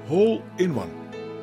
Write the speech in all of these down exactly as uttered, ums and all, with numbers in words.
Hole in One.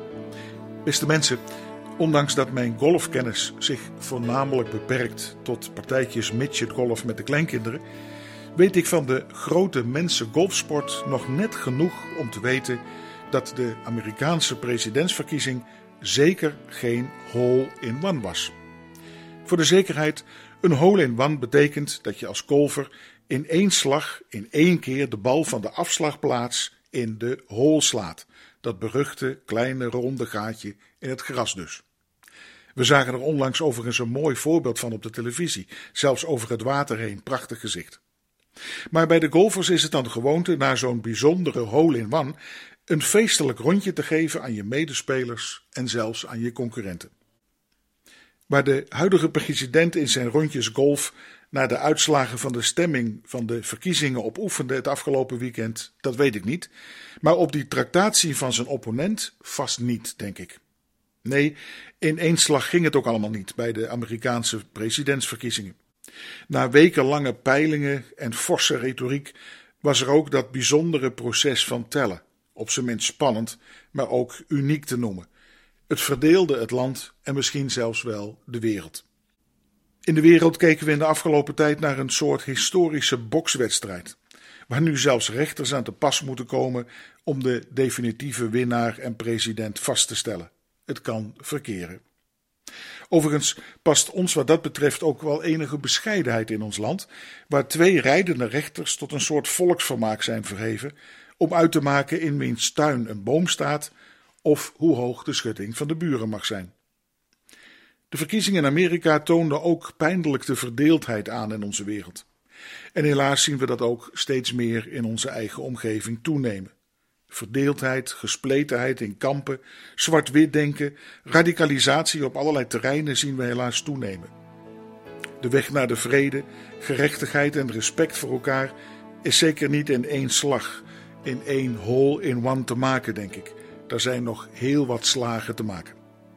Beste mensen, ondanks dat mijn golfkennis zich voornamelijk beperkt tot partijtjes midgetgolf met de kleinkinderen, weet ik van de grote mensengolfsport nog net genoeg om te weten dat de Amerikaanse presidentsverkiezing zeker geen hole in one was. Voor de zekerheid, een hole in one betekent dat je als golfer in één slag, in één keer de bal van de afslagplaats in de hole slaat. Dat beruchte kleine ronde gaatje in het gras dus. We zagen er onlangs overigens een mooi voorbeeld van op de televisie, zelfs over het water heen, prachtig gezicht. Maar bij de golfers is het dan de gewoonte na zo'n bijzondere hole in one een feestelijk rondje te geven aan je medespelers en zelfs aan je concurrenten. Waar de huidige president in zijn rondjes golf naar de uitslagen van de stemming van de verkiezingen op oefende het afgelopen weekend, dat weet ik niet. Maar op die tractatie van zijn opponent vast niet, denk ik. Nee, in één slag ging het ook allemaal niet bij de Amerikaanse presidentsverkiezingen. Na wekenlange peilingen en forse retoriek was er ook dat bijzondere proces van tellen. Op zijn minst spannend, maar ook uniek te noemen. Het verdeelde het land en misschien zelfs wel de wereld. In de wereld keken we in de afgelopen tijd naar een soort historische bokswedstrijd, waar nu zelfs rechters aan te pas moeten komen om de definitieve winnaar en president vast te stellen. Het kan verkeren. Overigens past ons wat dat betreft ook wel enige bescheidenheid in ons land, waar twee rijdende rechters tot een soort volksvermaak zijn verheven, om uit te maken in wiens tuin een boom staat of hoe hoog de schutting van de buren mag zijn. De verkiezingen in Amerika toonden ook pijnlijk de verdeeldheid aan in onze wereld. En helaas zien we dat ook steeds meer in onze eigen omgeving toenemen. Verdeeldheid, gespletenheid in kampen, zwart-wit denken, radicalisatie op allerlei terreinen zien we helaas toenemen. De weg naar de vrede, gerechtigheid en respect voor elkaar is zeker niet in één slag, in één hole in one te maken, denk ik. Daar zijn nog heel wat slagen te maken.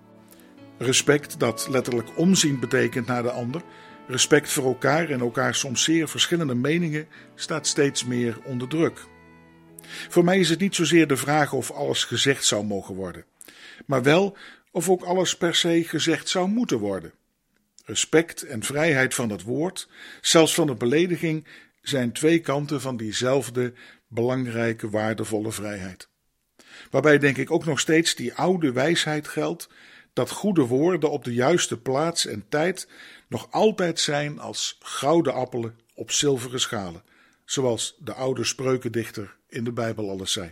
Respect dat letterlijk omzien betekent naar de ander, respect voor elkaar en elkaar soms zeer verschillende meningen, staat steeds meer onder druk. Voor mij is het niet zozeer de vraag of alles gezegd zou mogen worden, maar wel of ook alles per se gezegd zou moeten worden. Respect en vrijheid van het woord, zelfs van de belediging, zijn twee kanten van diezelfde belangrijke, waardevolle vrijheid. Waarbij denk ik ook nog steeds die oude wijsheid geldt, dat goede woorden op de juiste plaats en tijd nog altijd zijn als gouden appelen op zilveren schalen, zoals de oude spreukendichter in de Bijbel alles zei.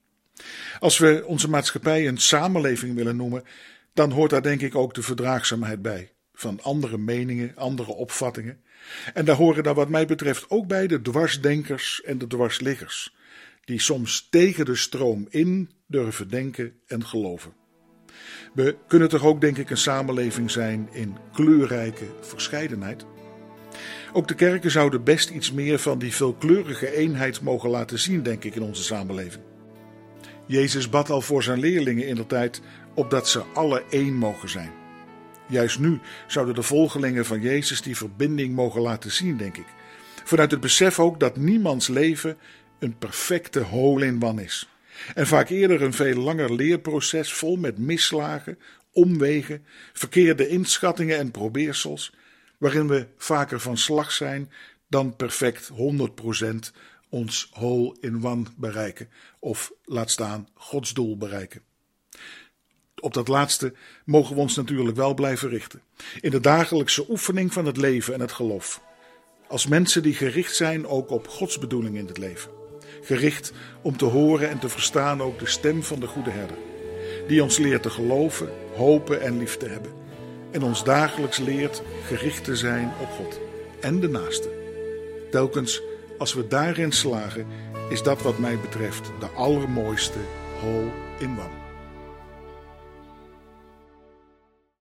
Als we onze maatschappij een samenleving willen noemen, dan hoort daar denk ik ook de verdraagzaamheid bij, van andere meningen, andere opvattingen. En daar horen daar wat mij betreft ook bij de dwarsdenkers en de dwarsliggers, die soms tegen de stroom in durven denken en geloven. We kunnen toch ook, denk ik, een samenleving zijn in kleurrijke verscheidenheid. Ook de kerken zouden best iets meer van die veelkleurige eenheid mogen laten zien, denk ik, in onze samenleving. Jezus bad al voor zijn leerlingen indertijd opdat ze alle één mogen zijn. Juist nu zouden de volgelingen van Jezus die verbinding mogen laten zien, denk ik. Vanuit het besef ook dat niemands leven een perfecte hole in one is. En vaak eerder een veel langer leerproces vol met misslagen, omwegen, verkeerde inschattingen en probeersels, waarin we vaker van slag zijn dan perfect honderd procent ons hole in one bereiken, of laat staan Gods doel bereiken. Op dat laatste mogen we ons natuurlijk wel blijven richten, in de dagelijkse oefening van het leven en het geloof. Als mensen die gericht zijn ook op Gods bedoeling in het leven. Gericht om te horen en te verstaan ook de stem van de goede herder, die ons leert te geloven, hopen en lief te hebben. En ons dagelijks leert gericht te zijn op God en de naaste. Telkens als we daarin slagen, is dat wat mij betreft de allermooiste hole in one.